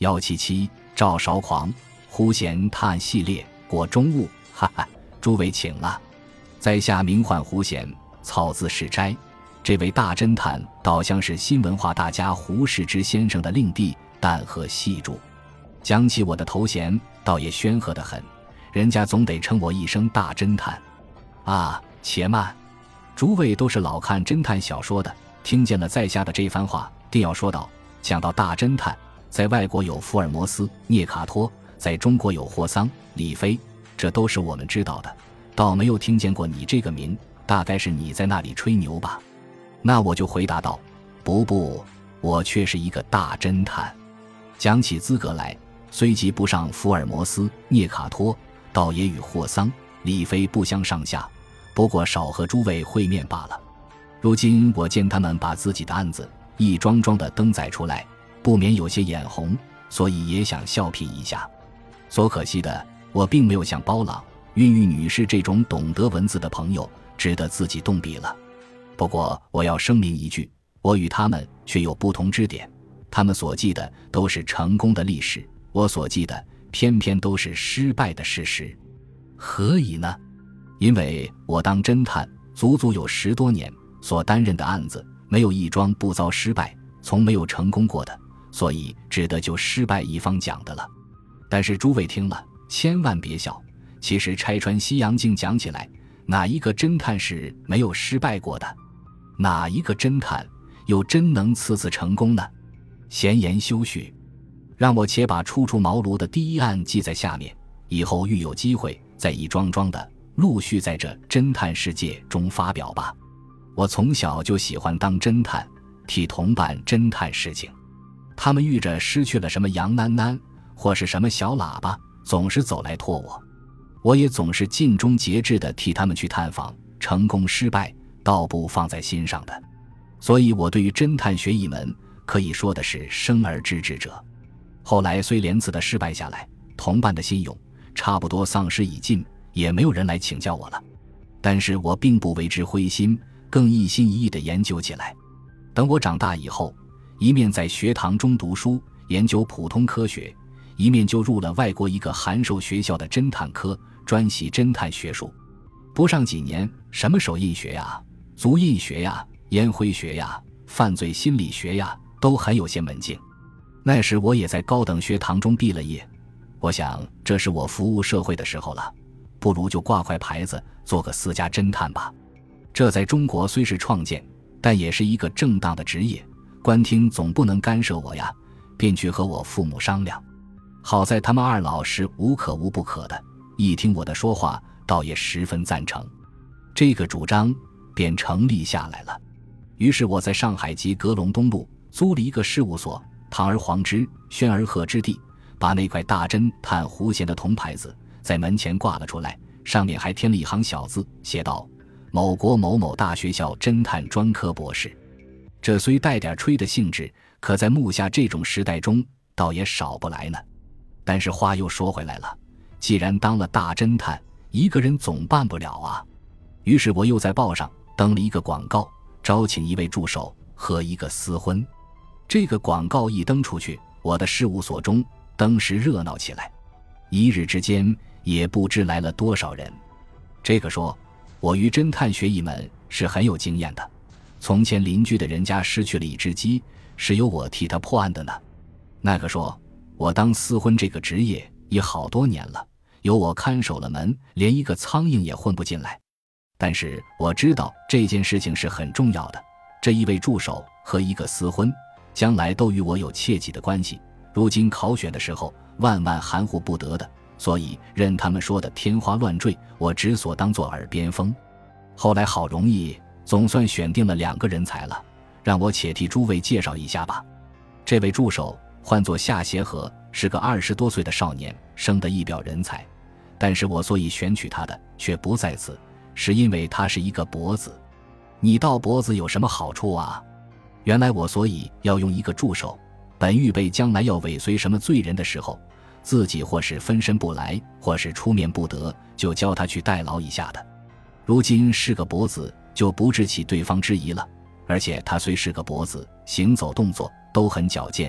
177赵韶狂胡贤探案系列果中物，哈哈，诸位请了。在下名唤胡贤，草字世斋。这位大侦探倒像是新文化大家胡适之先生的令弟，但贺细注。讲起我的头衔，倒也宣赫得很，人家总得称我一声大侦探。啊，且慢，诸位都是老看侦探小说的，听见了在下的这番话，定要说道：讲到大侦探，在外国有福尔摩斯、聂卡托，在中国有霍桑、李飞，这都是我们知道的，倒没有听见过你这个名，大概是你在那里吹牛吧？那我就回答道：不，我却是一个大侦探。讲起资格来，虽及不上福尔摩斯、聂卡托，倒也与霍桑、李飞不相上下，不过少和诸位会面罢了。如今我见他们把自己的案子一桩桩的登载出来，不免有些眼红，所以也想笑评一下。所可惜的，我并没有像包朗、孕育女士这种懂得文字的朋友，值得自己动笔了。不过我要声明一句，我与他们却有不同之点，他们所记的都是成功的历史，我所记的偏偏都是失败的事实。何以呢？因为我当侦探足足有10多年，所担任的案子没有一桩不遭失败，从没有成功过的，所以只得就失败一方讲的了。但是诸位听了千万别笑，其实拆穿西洋镜讲起来，哪一个侦探是没有失败过的？哪一个侦探又真能次次成功呢？闲言休叙，让我且把初出茅庐的第一案记在下面，以后愈有机会再一桩桩的陆续在这侦探世界中发表吧。我从小就喜欢当侦探，替同伴侦探事情，他们遇着失去了什么杨囡囡或是什么小喇叭，总是走来托我，我也总是尽忠节制地替他们去探访，成功失败倒不放在心上的。所以我对于侦探学一门可以说的是生而知之者。后来虽连次的失败下来，同伴的信用差不多丧失已尽，也没有人来请教我了，但是我并不为之灰心，更一心一意地研究起来。等我长大以后，一面在学堂中读书研究普通科学，一面就入了外国一个函授学校的侦探科，专习侦探学术。不上几年，什么手印学呀、足印学呀、烟灰学呀、犯罪心理学呀，都很有些门径。那时我也在高等学堂中毕了业，我想这是我服务社会的时候了，不如就挂块牌子做个私家侦探吧。这在中国虽是创建，但也是一个正当的职业，官厅总不能干涉我呀，便去和我父母商量。好在他们二老是无可无不可的，一听我的说话，倒也十分赞成，这个主张便成立下来了。于是我在上海及阁龙东路租了一个事务所，堂而皇之，轩而鹤之地，把那块大侦探胡贤的铜牌子在门前挂了出来，上面还添了一行小字，写道：某国某某大学校侦探专科博士。这虽带点吹的性质，可在目下这种时代中倒也少不来呢。但是话又说回来了，既然当了大侦探，一个人总办不了啊。于是我又在报上登了一个广告，招请一位助手和一个私婚。这个广告一登出去，我的事务所中登时热闹起来，一日之间也不知来了多少人。这个说我于侦探学一门是很有经验的，从前邻居的人家失去了一只鸡，是由我替他破案的呢。那个说我当私婚这个职业已好多年了，由我看守了门，连一个苍蝇也混不进来。但是我知道这件事情是很重要的，这一位助手和一个私婚将来都与我有切记的关系，如今考选的时候万万含糊不得的，所以任他们说的天花乱坠，我只所当作耳边风。后来好容易总算选定了2个人才了，让我且替诸位介绍一下吧。这位助手唤作夏协和，是个20多岁的少年，生得一表人才，但是我所以选取他的却不在此，是因为他是一个跛子。你道跛子有什么好处啊？原来我所以要用一个助手，本预备将来要尾随什么罪人的时候，自己或是分身不来，或是出面不得，就叫他去代劳一下的。如今是个跛子，就不致起对方之疑了，而且他虽是个跛子，行走动作都很矫健，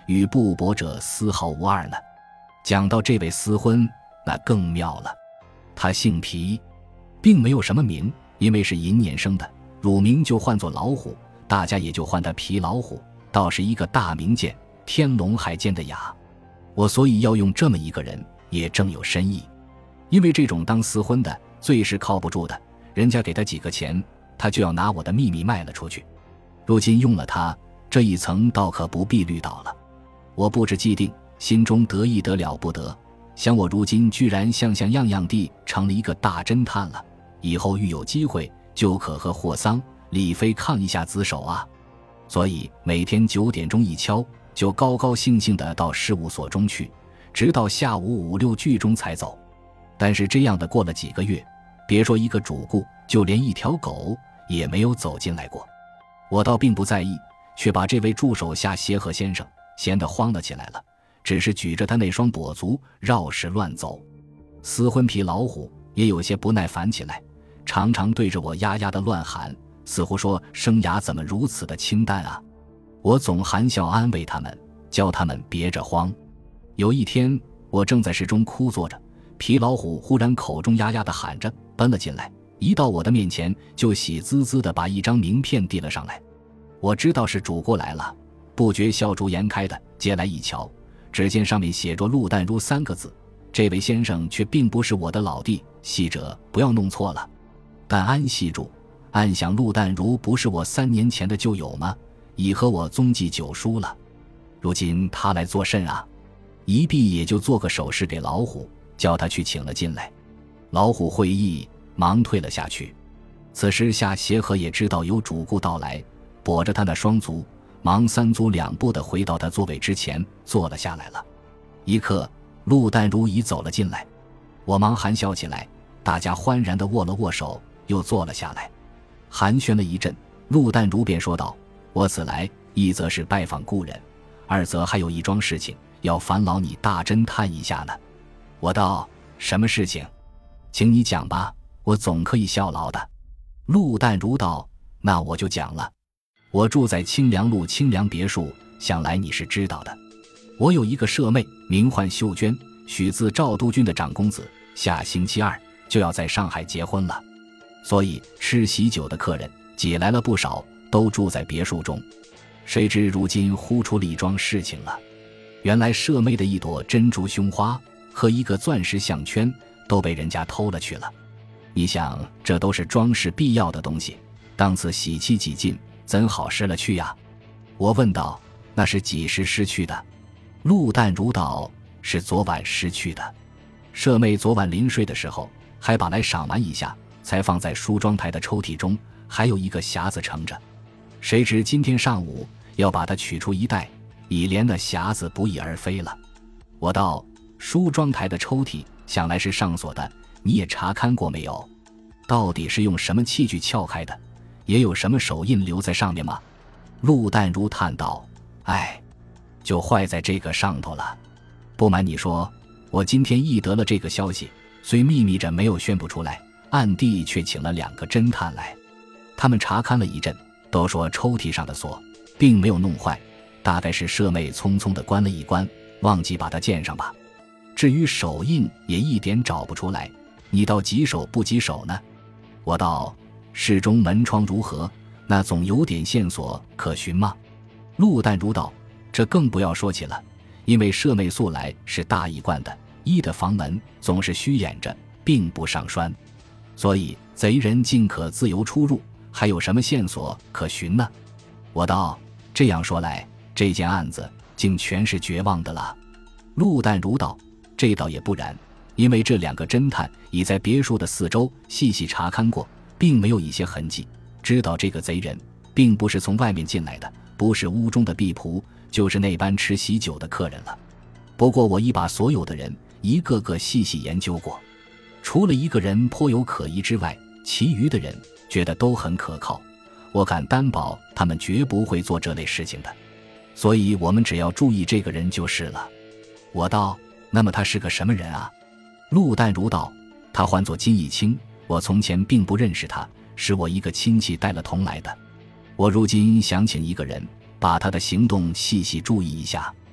与不博者丝毫无二呢。讲到这位私婚，那更妙了。他姓皮，并没有什么名，因为是寅年生的，乳名就唤作老虎，大家也就唤他皮老虎，倒是一个大名剑，天龙海间的雅。我所以要用这么一个人，也正有深意。因为这种当私婚的最是靠不住的，人家给他几个钱，他就要拿我的秘密卖了出去。如今用了他这一层，倒可不必虑到了。我布置既定，心中得意得了不得，想我如今居然像样样地成了一个大侦探了，以后愈有机会就可和霍桑、李飞抗一下子手啊。所以每天9点钟一敲，就高高兴兴地到事务所中去，直到下午5、6句钟才走。但是这样的过了几个月，别说一个主顾，就连一条狗也没有走进来过。我倒并不在意，却把这位助手夏协和先生闲得慌了起来了，只是举着他那双跛足绕室乱走。私婚皮老虎也有些不耐烦起来，常常对着我呀呀的乱喊，似乎说生涯怎么如此的清淡啊。我总含笑安慰他们，教他们别着慌。有一天我正在室中枯坐着，皮老虎忽然口中呀呀地喊着奔了进来，一到我的面前就喜滋滋地把一张名片递了上来。我知道是主顾来了，不觉笑逐颜开的接来一瞧，只见上面写着陆淡如3个字。这位先生却并不是我的老弟，细者不要弄错了。但安系住，暗想陆淡如不是我3年前的旧友吗？已和我踪迹久疏了，如今他来作甚啊？一臂也就做个手势给老虎，叫他去请了进来。老虎会意，忙退了下去。此时夏协和也知道有主顾到来，跛着他那双足，忙3足2步地回到他座位之前坐了下来了。一刻，陆淡如已走了进来，我忙含笑起来，大家欢然地握了握手，又坐了下来。寒暄了一阵，陆淡如便说道：我此来一则是拜访故人，二则还有一桩事情要烦劳你大侦探一下呢。我道：什么事情？请你讲吧，我总可以效劳的。陆淡如道：那我就讲了。我住在清凉路清凉别墅，想来你是知道的。我有一个舍妹，名唤秀娟，许自赵督军的长公子，下星期2就要在上海结婚了，所以吃喜酒的客人挤来了不少，都住在别墅中。谁知如今忽出了一桩事情了。原来舍妹的一朵珍珠胸花和一个钻石项圈都被人家偷了去了。你想，这都是装饰必要的东西，当此喜气几尽，怎好失了去呀？我问道：那是几时失去的？陆淡如道：是昨晚失去的。舍妹昨晚临睡的时候还把来赏玩一下，才放在梳妆台的抽屉中，还有一个匣子盛着。谁知今天上午要把它取出一袋，已连那匣子不翼而飞了。我道：梳妆台的抽屉想来是上锁的，你也查看过没有？到底是用什么器具撬开的？也有什么手印留在上面吗？陆淡如叹道：哎，就坏在这个上头了。不瞒你说，我今天一得了这个消息，虽秘密着没有宣布出来，暗地却请了2个侦探来。他们查勘了一阵，都说抽屉上的锁并没有弄坏，大概是舍妹匆匆地关了一关，忘记把它键上吧。至于手印也一点找不出来，你倒棘手不棘手呢？我道：室中门窗如何？那总有点线索可循吗？陆淡如道：这更不要说起了，因为舍妹素来是大一贯的，一的房门总是虚掩着，并不上栓，所以贼人尽可自由出入，还有什么线索可循呢？我道：这样说来，这件案子竟全是绝望的了。陆淡如道：这倒也不然，因为这2个侦探已在别墅的四周细细查勘过，并没有一些痕迹，知道这个贼人并不是从外面进来的，不是屋中的婢仆，就是那般吃喜酒的客人了。不过我已把所有的人一个个细细研究过，除了一个人颇有可疑之外，其余的人觉得都很可靠，我敢担保他们绝不会做这类事情的，所以我们只要注意这个人就是了。我道：那么他是个什么人啊？陆淡如道：他唤作金义清，我从前并不认识他，是我一个亲戚带了同来的。我如今想请一个人把他的行动细细注意一下。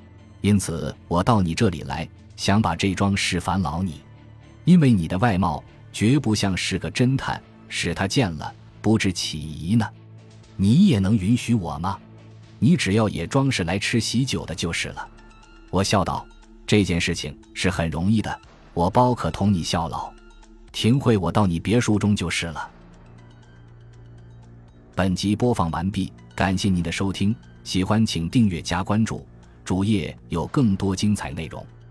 因此我到你这里来，想把这桩事烦劳你。因为你的外貌绝不像是个侦探，使他见了不致起疑呢。你也能允许我吗？你只要也装是来吃喜酒的就是了。我笑道，这件事情是很容易的，我包可同你效劳。庭会我到你别墅中就是了。本集播放完毕，感谢您的收听，喜欢请订阅加关注，主页有更多精彩内容。